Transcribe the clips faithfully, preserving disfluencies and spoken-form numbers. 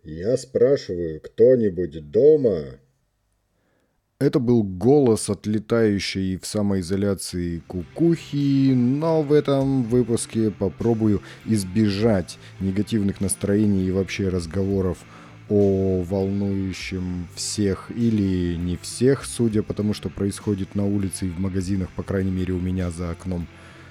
Я спрашиваю, кто-нибудь дома? Это был голос отлетающей в самоизоляции кукухи, но в этом выпуске попробую избежать негативных настроений и вообще разговоров о волнующем всех или не всех, судя по тому, что происходит на улице и в магазинах, по крайней мере у меня за окном,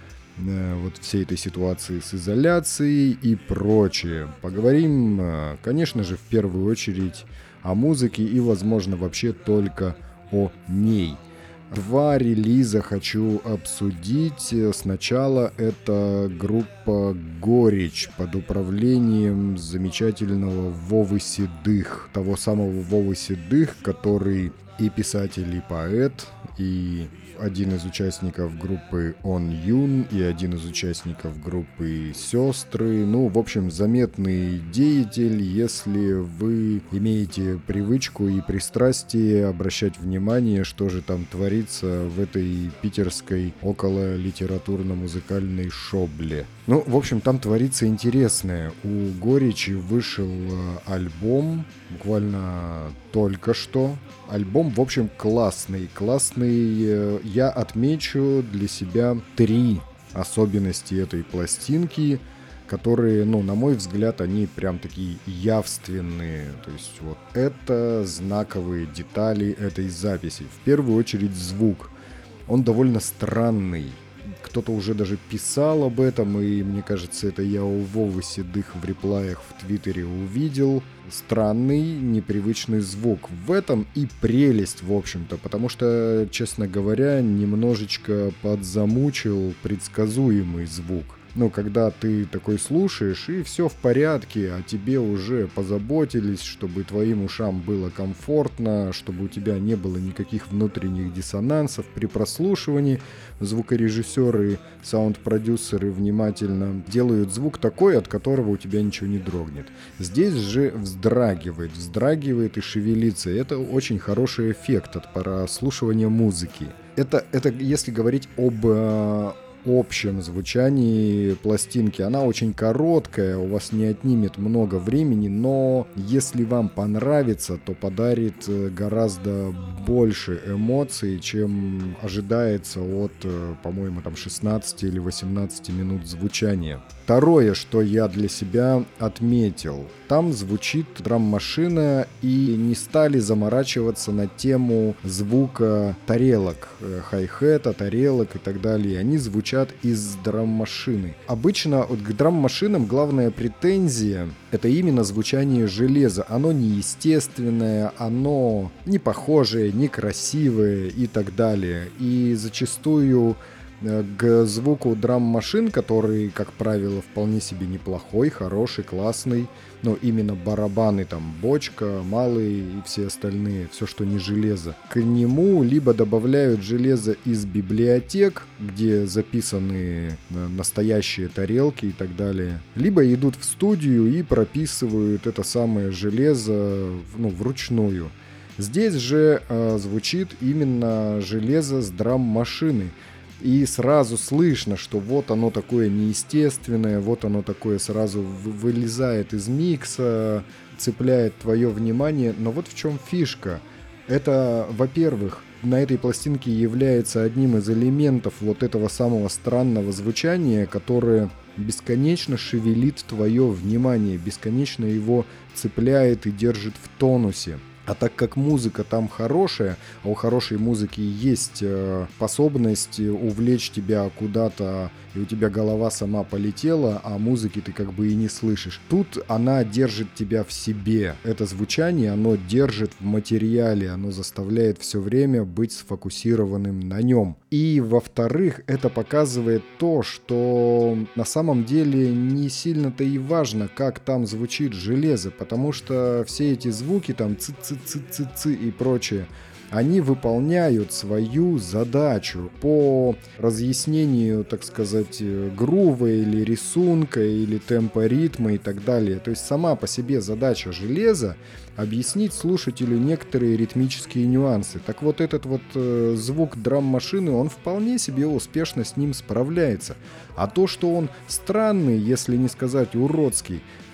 э, вот всей этой ситуации с изоляцией и прочее. Поговорим, э, конечно же, в первую очередь о музыке и, возможно, вообще только о ней. Два релиза хочу обсудить. Сначала это группа «Горечь» под управлением замечательного Вовы Седых. Того самого Вовы Седых, который и писатель, и поэт, и один из участников группы Он Юн, и один из участников группы Сестры. Ну, в общем, заметный деятель, если вы имеете привычку и пристрастие обращать внимание, что же там творится в этой питерской около литературно-музыкальной шобле. Ну, в общем, там творится интересное. У Горечи вышел альбом буквально только что. Альбом, в общем, классный. Классный. Я отмечу для себя три особенности этой пластинки, которые, ну, на мой взгляд, они прям такие явственные. То есть вот это знаковые детали этой записи. В первую очередь звук. Он довольно странный. Кто-то уже даже писал об этом, и мне кажется, это я у Вовы Седых в реплаях в Твиттере увидел. Странный, непривычный звук. В этом и прелесть, в общем-то, потому что, честно говоря, немножечко подзамучил предсказуемый звук. Ну, когда ты такой слушаешь, и все в порядке, а тебе уже позаботились, чтобы твоим ушам было комфортно, чтобы у тебя не было никаких внутренних диссонансов при прослушивании. Звукорежиссеры, саунд-продюсеры внимательно делают звук такой, от которого у тебя ничего не дрогнет. Здесь же вздрагивает, вздрагивает и шевелится. Это очень хороший эффект от прослушивания музыки. Это, это если говорить об общем звучании пластинки. Она очень короткая, у вас не отнимет много времени, но если вам понравится, то подарит гораздо больше эмоций, чем ожидается от, по-моему, там шестнадцати или восемнадцати минут звучания. Второе, что я для себя отметил. Там звучит драм-машина, и не стали заморачиваться на тему звука тарелок, хай-хета, тарелок и так далее. Они звучат из драм-машины. Обычно вот к драм-машинам главная претензия — это именно звучание железа. Оно неестественное, оно не похожее, некрасивое и так далее. И зачастую к звуку драм-машин, который, как правило, вполне себе неплохой, хороший, классный, но именно барабаны, там, бочка, малые и все остальные, все, что не железо, к нему либо добавляют железо из библиотек, где записаны настоящие тарелки и так далее, либо идут в студию и прописывают это самое железо, ну, вручную. Здесь же э, звучит именно железо с драм-машины. И сразу слышно, что вот оно такое неестественное, вот оно такое сразу вылезает из микса, цепляет твое внимание. Но вот в чем фишка. Это, во-первых, на этой пластинке является одним из элементов вот этого самого странного звучания, которое бесконечно шевелит твое внимание, бесконечно его цепляет и держит в тонусе. А так как музыка там хорошая, а у хорошей музыки есть э, способность увлечь тебя куда-то, и у тебя голова сама полетела, а музыки ты как бы и не слышишь. Тут она держит тебя в себе. Это звучание, оно держит в материале, оно заставляет все время быть сфокусированным на нем. И, во-вторых, это показывает то, что на самом деле не сильно-то и важно, как там звучит железо, потому что все эти звуки, там цы-цы-цы-цы-цы и прочее, они выполняют свою задачу по разъяснению, так сказать, грува или рисунка, или темпа ритма и так далее. То есть сама по себе задача железа — объяснить слушателю некоторые ритмические нюансы. Так вот этот вот э, звук драм-машины, он вполне себе успешно с ним справляется. А то, что он странный, если не сказать уродский,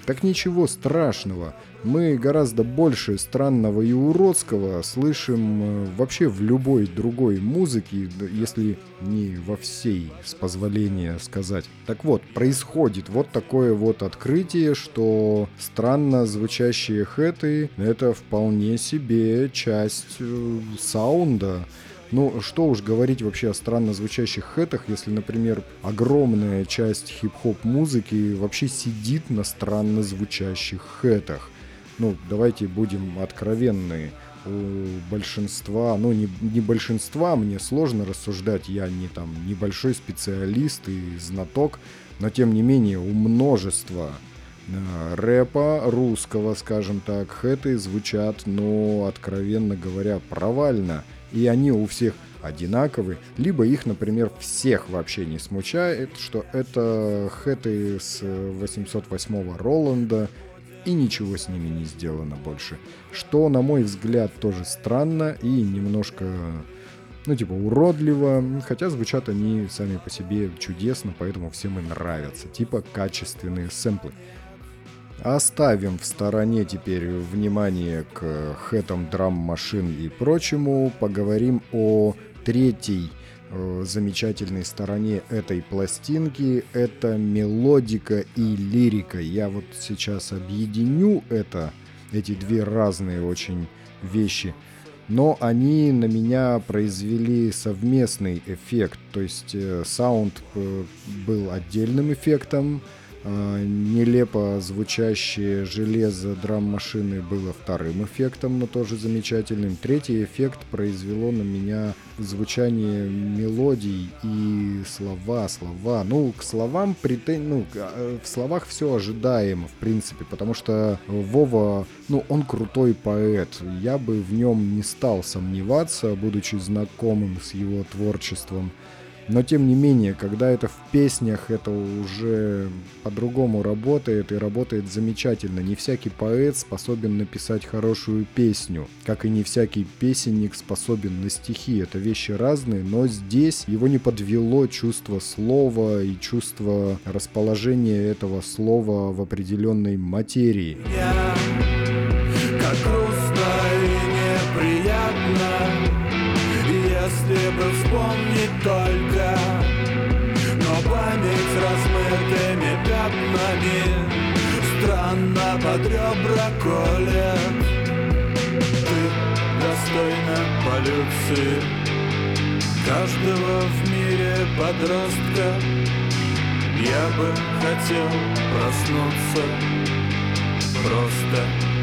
Так ничего страшного. Мы гораздо больше странного и уродского слышим вообще в любой другой музыке, если не во всей, с позволения сказать. Так вот, происходит вот такое вот открытие, что странно звучащие хэты — это вполне себе часть э, саунда. Ну, что уж говорить вообще о странно звучащих хэтах, если, например, огромная часть хип-хоп музыки вообще сидит на странно звучащих хэтах. Ну, давайте будем откровенны. У большинства, ну не, не большинства, мне сложно рассуждать, я не там небольшой специалист и знаток, но тем не менее у множества э, рэпа русского, скажем так, хэты звучат, ну, откровенно говоря, провально. И они у всех одинаковые, либо их, например, всех вообще не смущает, что это хэты с восемьсот восьмого Роланда, и ничего с ними не сделано больше. Что, на мой взгляд, тоже странно и немножко, ну, типа, уродливо, хотя звучат они сами по себе чудесно, поэтому всем и нравятся, типа качественные сэмплы. Оставим в стороне теперь внимание к хэтам, драм-машин и прочему, поговорим о третьей э, замечательной стороне этой пластинки. Это мелодика и лирика. Я вот сейчас объединю это, эти две разные очень вещи, но они на меня произвели совместный эффект. То есть э, саунд э, был отдельным эффектом, нелепо звучащее железо драм-машины было вторым эффектом, но тоже замечательным. Третий эффект произвело на меня звучание мелодий и слова, слова. Ну, к словам претен... ну, в словах все ожидаемо, в принципе, потому что Вова, ну, он крутой поэт. Я бы в нем не стал сомневаться, будучи знакомым с его творчеством. Но тем не менее, когда это в песнях, это уже по-другому работает и работает замечательно. Не всякий поэт способен написать хорошую песню, как и не всякий песенник способен на стихи. Это вещи разные, но здесь его не подвело чувство слова и чувство расположения этого слова в определенной материи. Я, как грустно и неприятно, если бы вспомнить только, но память размытыми пятнами странно под ребра колет. Ты достойна полюции каждого в мире подростка. Я бы хотел проснуться просто.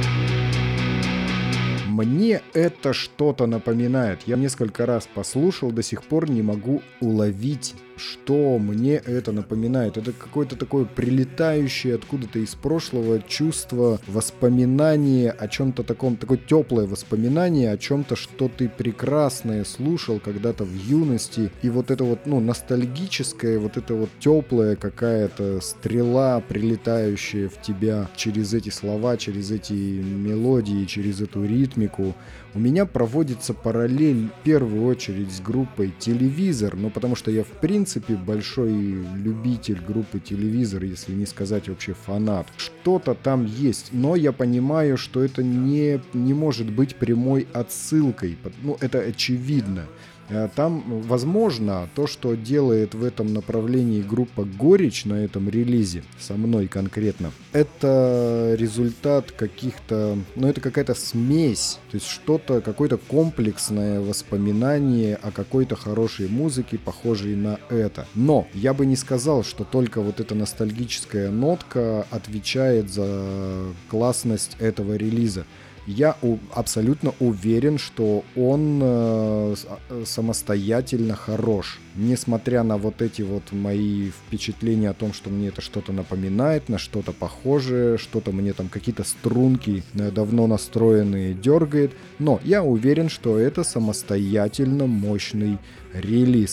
Мне это что-то напоминает. Я несколько раз послушал, до сих пор не могу уловить, что мне это напоминает. Это какое-то такое прилетающее откуда-то из прошлого чувство, воспоминание о чем-то таком, такое теплое воспоминание о чем-то, что ты прекрасное слушал когда-то в юности. И вот это вот, ну, ностальгическое, вот это вот теплая какая-то стрела, прилетающая в тебя через эти слова, через эти мелодии, через эту ритмику. У меня проводится параллель в первую очередь с группой «Телевизор», ну потому что я в принципе большой любитель группы «Телевизор», если не сказать вообще фанат. Что-то там есть, но я понимаю, что это не, не может быть прямой отсылкой, ну это очевидно. Там, возможно, то, что делает в этом направлении группа «Горечь» на этом релизе, со мной конкретно, это результат каких-то, ну, это какая-то смесь, то есть что-то, какое-то комплексное воспоминание о какой-то хорошей музыке, похожей на это. Но я бы не сказал, что только вот эта ностальгическая нотка отвечает за классность этого релиза. Я у, абсолютно уверен, что он э, самостоятельно хорош. Несмотря на вот эти вот мои впечатления о том, что мне это что-то напоминает, на что-то похожее, что-то мне там какие-то струнки э, давно настроенные дергает. Но я уверен, что это самостоятельно мощный релиз.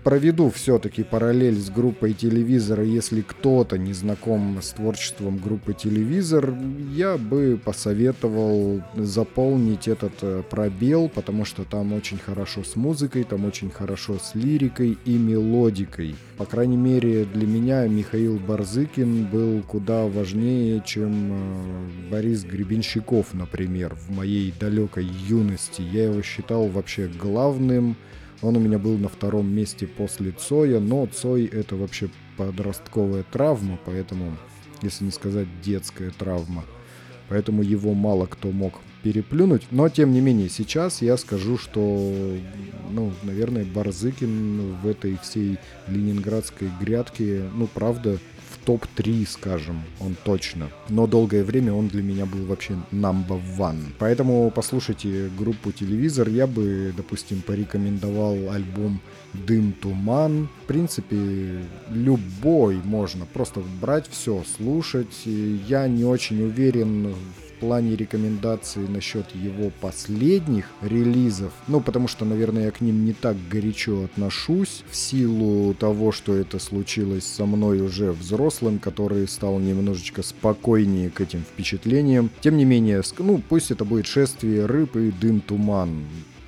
проведу все-таки параллель с группой «Телевизор». Если кто-то не знаком с творчеством группы «Телевизор», я бы посоветовал заполнить этот пробел, потому что там очень хорошо с музыкой, там очень хорошо с лирикой и мелодикой. По крайней мере, для меня Михаил Барзыкин был куда важнее, чем Борис Гребенщиков, например, в моей далекой юности. Я его считал вообще главным. Он у меня был на втором месте после Цоя, но Цой — это вообще подростковая травма, поэтому, если не сказать детская травма, поэтому его мало кто мог переплюнуть. Но, тем не менее, сейчас я скажу, что, ну, наверное, Барзыкин в этой всей ленинградской грядке, ну, правда, в топ три, скажем, он точно. Но долгое время он для меня был вообще number one. Поэтому послушайте группу «Телевизор». Я бы, допустим, порекомендовал альбом «Дым, туман». В принципе, любой можно просто брать все, слушать. Я не очень уверен в плане рекомендаций насчет его последних релизов, ну, потому что, наверное, я к ним не так горячо отношусь, в силу того, что это случилось со мной уже взрослым, который стал немножечко спокойнее к этим впечатлениям. Тем не менее, ну, пусть это будет «Шествие рыб» и «Дым, туман».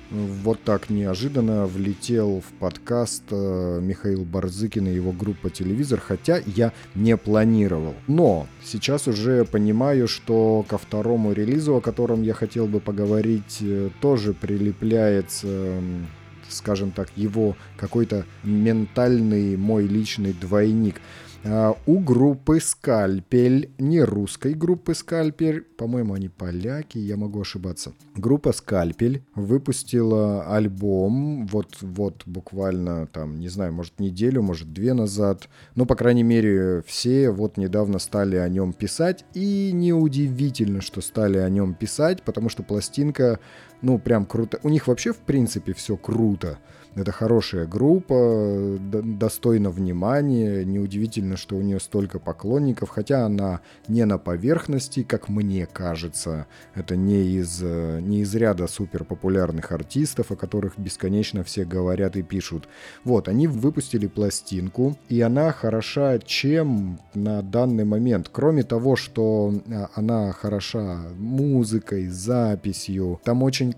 Вот так неожиданно влетел в подкаст э, Михаил Барзыкин и его группа «Телевизор», хотя я не планировал. Но сейчас уже понимаю, что ко второму релизу, о котором я хотел бы поговорить, э, тоже прилепляется, э, скажем так, его какой-то ментальный мой личный двойник. Uh, у группы «Скальпель», не русской группы «Скальпель», по-моему, они поляки, я могу ошибаться. Группа «Скальпель» выпустила альбом вот, вот буквально там, не знаю, может неделю, может две назад. Ну, по крайней мере, все вот недавно стали о нем писать. И неудивительно, что стали о нем писать, потому что пластинка, ну, прям круто. У них вообще, в принципе, все круто. Это хорошая группа, достойна внимания. Неудивительно, что у нее столько поклонников, хотя она не на поверхности, как мне кажется. Это не из, не из ряда суперпопулярных артистов, о которых бесконечно все говорят и пишут. Вот, они выпустили пластинку, и она хороша чем на данный момент? Кроме того, что она хороша музыкой, записью, там очень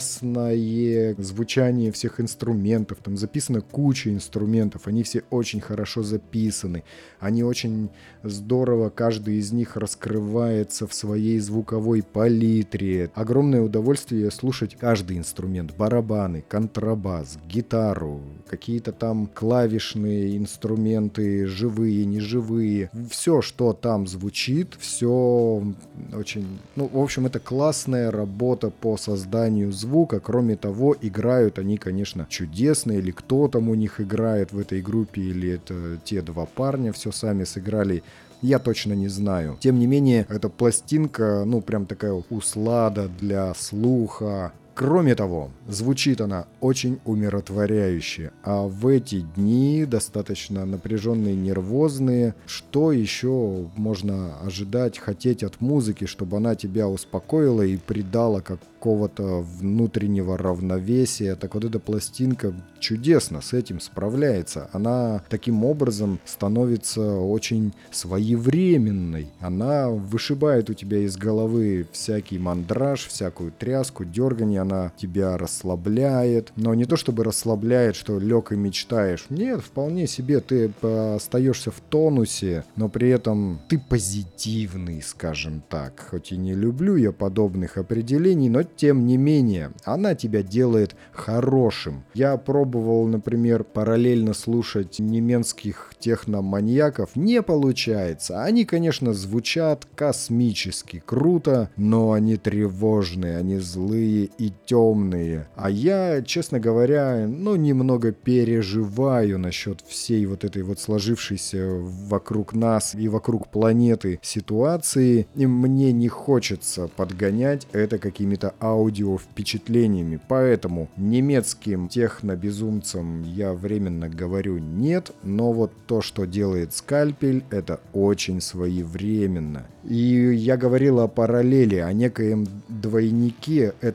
классное звучание всех инструментов, там записана куча инструментов, они все очень хорошо записаны, они очень здорово, каждый из них раскрывается в своей звуковой палитре. Огромное удовольствие слушать каждый инструмент: барабаны, контрабас, гитару, какие-то там клавишные инструменты, живые, неживые. Все, что там звучит, все очень... Ну, в общем, это классная работа по созданию звука. Кроме того, играют они, конечно, чудесно. Или кто там у них играет в этой группе, или это те два парня все сами сыграли, я точно не знаю. Тем не менее, эта пластинка, ну, прям такая услада для слуха. Кроме того, звучит она очень умиротворяюще, а в эти дни достаточно напряженные, нервозные, что еще можно ожидать, хотеть от музыки, чтобы она тебя успокоила и придала какого-то внутреннего равновесия? Так вот эта пластинка чудесно с этим справляется. Она таким образом становится очень своевременной. Она вышибает у тебя из головы всякий мандраж, всякую тряску, дергание. Она тебя расслабляет, но не то чтобы расслабляет, что лег и мечтаешь. Нет, вполне себе ты остаешься в тонусе, но при этом ты позитивный, скажем так. Хоть и не люблю я подобных определений, но тем не менее, она тебя делает хорошим. Я пробовал, например, параллельно слушать немецких техноманьяков. Не получается. Они, конечно, звучат космически круто, но они тревожные, они злые и темные. А я, честно говоря, ну, немного переживаю насчет всей вот этой вот сложившейся вокруг нас и вокруг планеты ситуации. И мне не хочется подгонять это какими-то аудио впечатлениями. Поэтому немецким технобезумцам я временно говорю нет, но вот то, что делает Скальпель, это очень своевременно. И я говорил о параллели, о некоем двойнике этой пластинки.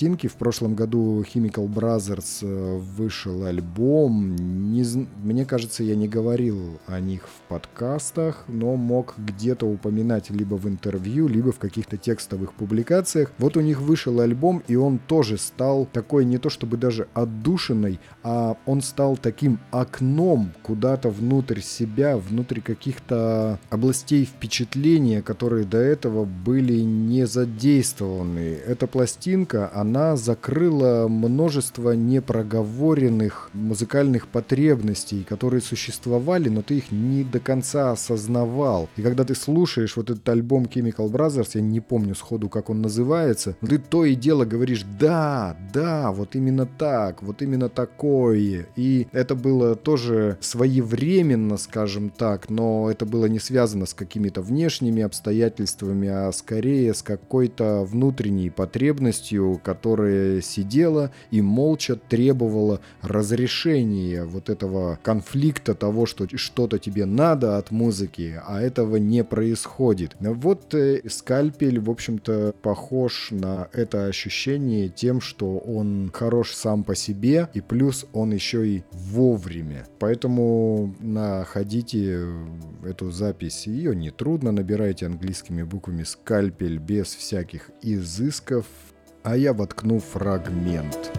пластинки. В прошлом году Chemical Brothers вышел альбом. Не, мне кажется, я не говорил о них в подкастах, но мог где-то упоминать либо в интервью, либо в каких-то текстовых публикациях. Вот у них вышел альбом, и он тоже стал такой не то чтобы даже отдушиной, а он стал таким окном куда-то внутрь себя, внутрь каких-то областей впечатления, которые до этого были не задействованы. Эта пластинка, она закрыла множество непроговоренных музыкальных потребностей, которые существовали, но ты их не до конца осознавал. И когда ты слушаешь вот этот альбом Chemical Brothers, я не помню сходу, как он называется, но ты то и дело говоришь: да, да, вот именно так, вот именно такое. И это было тоже своевременно, скажем так, но это было не связано с какими-то внешними обстоятельствами, а скорее с какой-то внутренней потребностью, которая сидела и молча требовала разрешения вот этого конфликта того, что что-то тебе надо от музыки, а этого не происходит. Вот э, Скальпель, в общем-то, похож на это ощущение тем, что он хорош сам по себе, и плюс он еще и вовремя. Поэтому находите эту запись, ее нетрудно, набирайте английскими буквами «Скальпель» без всяких изысков, а я воткну фрагмент.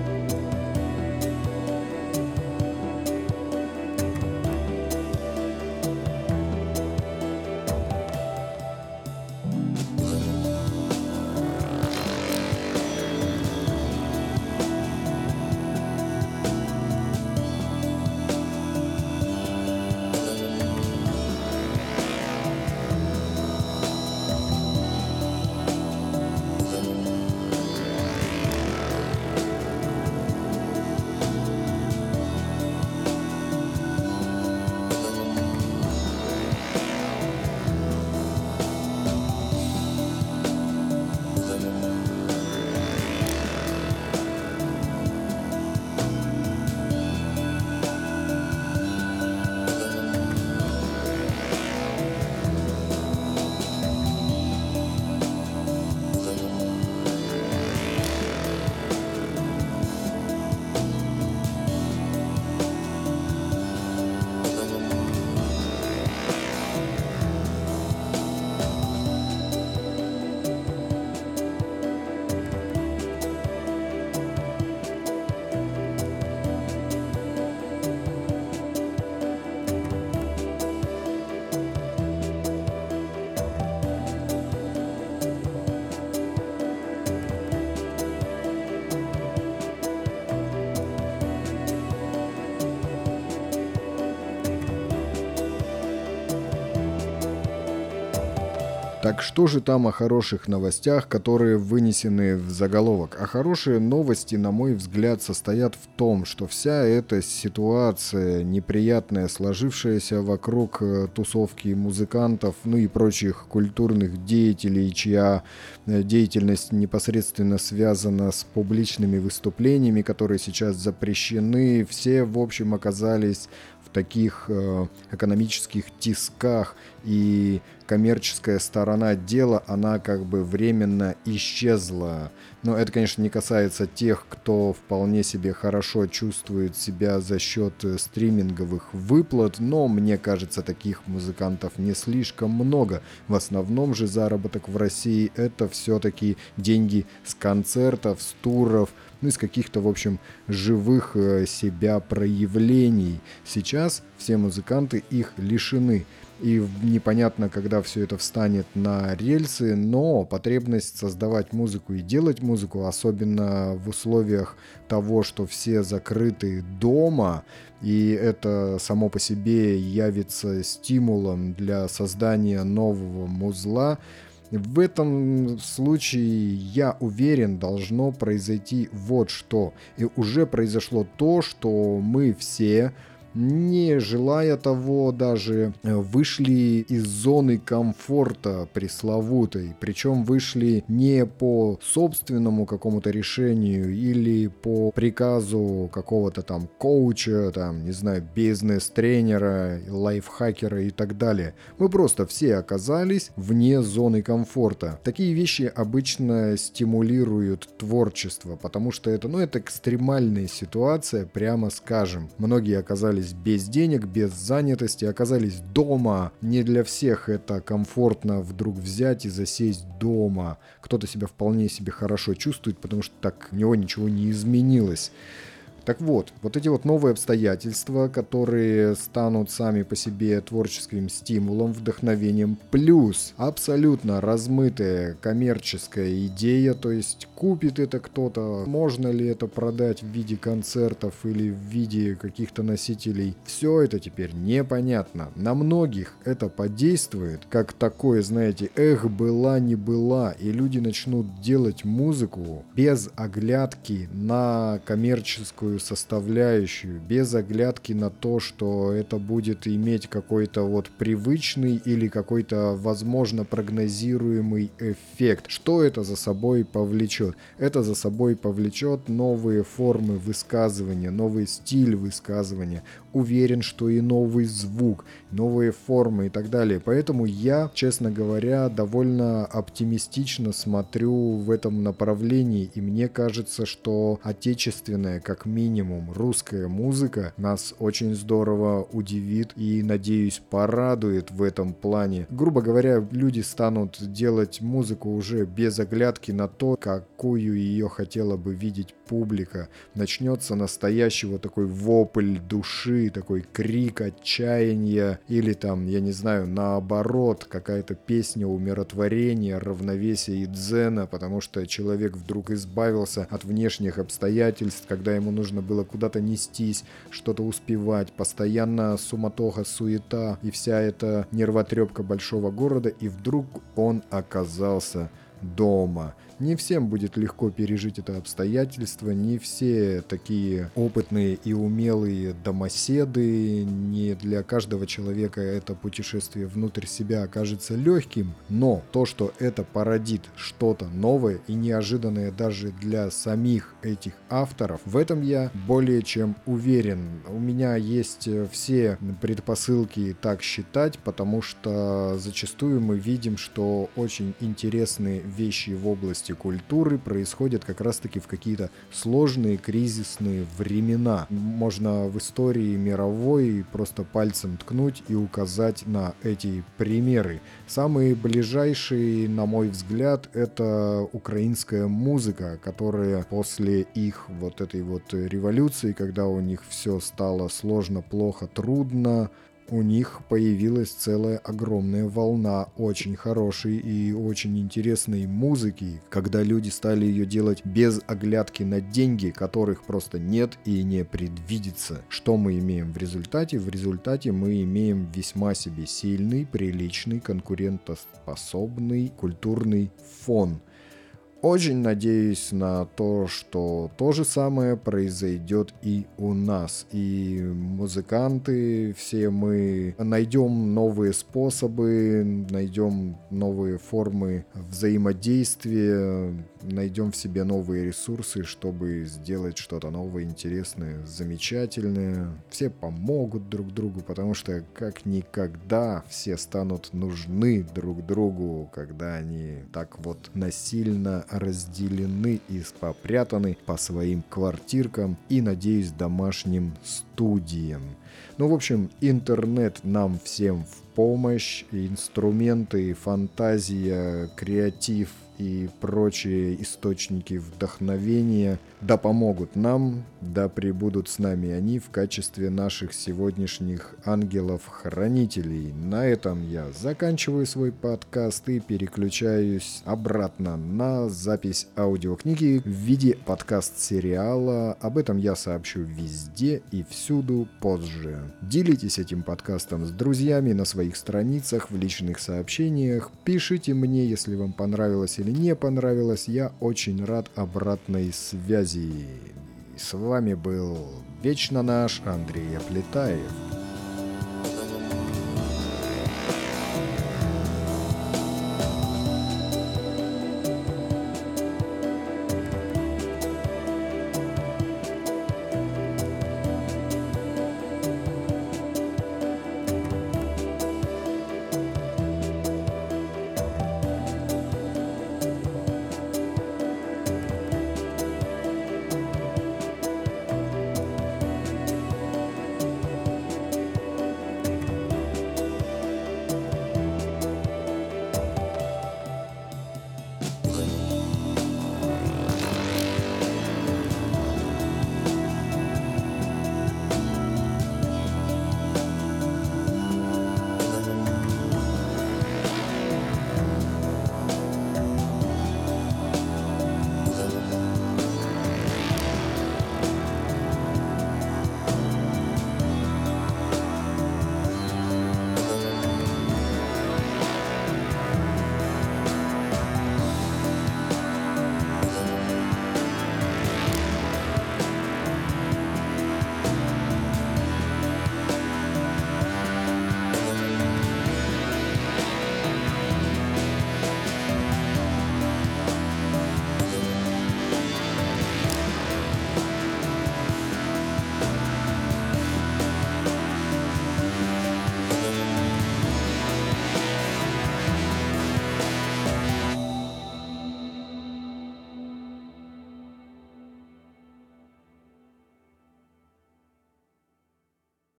Так что же там о хороших новостях, которые вынесены в заголовок? А хорошие новости, на мой взгляд, состоят в том, что вся эта ситуация неприятная, сложившаяся вокруг тусовки музыкантов, ну и прочих культурных деятелей, чья деятельность непосредственно связана с публичными выступлениями, которые сейчас запрещены, все, в общем, оказались в таких э, экономических тисках, и коммерческая сторона дела, она как бы временно исчезла. Но это, конечно, не касается тех, кто вполне себе хорошо чувствует себя за счет стриминговых выплат, но мне кажется, таких музыкантов не слишком много. В основном же заработок в России — это все-таки деньги с концертов, с туров, ну, из каких-то, в общем, живых себя проявлений. Сейчас все музыканты их лишены. И непонятно, когда все это встанет на рельсы, но потребность создавать музыку и делать музыку, особенно в условиях того, что все закрыты дома, и это само по себе явится стимулом для создания нового музла, в этом случае, я уверен, должно произойти вот что. И уже произошло то, что мы все не желая того даже, вышли из зоны комфорта пресловутой. Причем вышли не по собственному какому-то решению или по приказу какого-то там коуча, там, не знаю, бизнес-тренера, лайфхакера и так далее. Мы просто все оказались вне зоны комфорта. Такие вещи обычно стимулируют творчество, потому что это, ну, это экстремальная ситуация, прямо скажем. Многие оказались без денег, без занятости, оказались дома. Не для всех это комфортно вдруг взять и засесть дома. Кто-то себя вполне себе хорошо чувствует, потому что так у него ничего не изменилось. Так вот, вот эти вот новые обстоятельства, которые станут сами по себе творческим стимулом, вдохновением, плюс абсолютно размытая коммерческая идея, то есть купит это кто-то, можно ли это продать в виде концертов или в виде каких-то носителей, все это теперь непонятно. На многих это подействует, как такое, знаете, эх, была не была, и люди начнут делать музыку без оглядки на коммерческую составляющую, без оглядки на то, что это будет иметь какой-то вот привычный или какой-то, возможно, прогнозируемый эффект. Что это за собой повлечет? Это за собой повлечет новые формы высказывания, новый стиль высказывания. Уверен, что и новый звук, новые формы и так далее. Поэтому я, честно говоря, довольно оптимистично смотрю в этом направлении, и мне кажется, что отечественная, как минимум, русская музыка нас очень здорово удивит и, надеюсь, порадует в этом плане. Грубо говоря, люди станут делать музыку уже без оглядки на то, какую ее хотела бы видеть публика. Начнется настоящий вот такой вопль души, такой крик отчаяния, или там, я не знаю, наоборот, какая-то песня умиротворения, равновесия и дзена, потому что человек вдруг избавился от внешних обстоятельств, когда ему нужно было куда-то нестись, что-то успевать, постоянно суматоха, суета и вся эта нервотрепка большого города, и вдруг он оказался дома. Не всем будет легко пережить это обстоятельство, не все такие опытные и умелые домоседы, не для каждого человека это путешествие внутрь себя окажется легким, но то, что это породит что-то новое и неожиданное даже для самих этих авторов, в этом я более чем уверен. У меня есть все предпосылки так считать, потому что зачастую мы видим, что очень интересные вещи в области культуры происходят как раз-таки в какие-то сложные кризисные времена. Можно в истории мировой просто пальцем ткнуть и указать на эти примеры. Самые ближайшие, на мой взгляд, это украинская музыка, которая после их вот этой вот революции, когда у них все стало сложно, плохо, трудно, у них появилась целая огромная волна очень хорошей и очень интересной музыки, когда люди стали ее делать без оглядки на деньги, которых просто нет и не предвидится. Что мы имеем в результате? В результате мы имеем весьма себе сильный, приличный, конкурентоспособный культурный фон. Очень надеюсь на то, что то же самое произойдет и у нас. И музыканты, все мы найдем новые способы, найдем новые формы взаимодействия, найдем в себе новые ресурсы, чтобы сделать что-то новое, интересное, замечательное. Все помогут друг другу, потому что как никогда все станут нужны друг другу, когда они так вот насильно разделены и попрятаны по своим квартиркам и, надеюсь, домашним студиям. Ну, в общем, интернет нам всем в помощь, инструменты, фантазия, креатив и прочие источники вдохновения да помогут нам, да пребудут с нами они в качестве наших сегодняшних ангелов-хранителей. На этом я заканчиваю свой подкаст и переключаюсь обратно на запись аудиокниги в виде подкаст-сериала. Об этом я сообщу везде и всюду позже. Делитесь этим подкастом с друзьями на своих страницах, в личных сообщениях. Пишите мне, если вам понравилось или не понравилось. Я очень рад обратной связи. С вами был Вечно наш Андрей Аплетаев.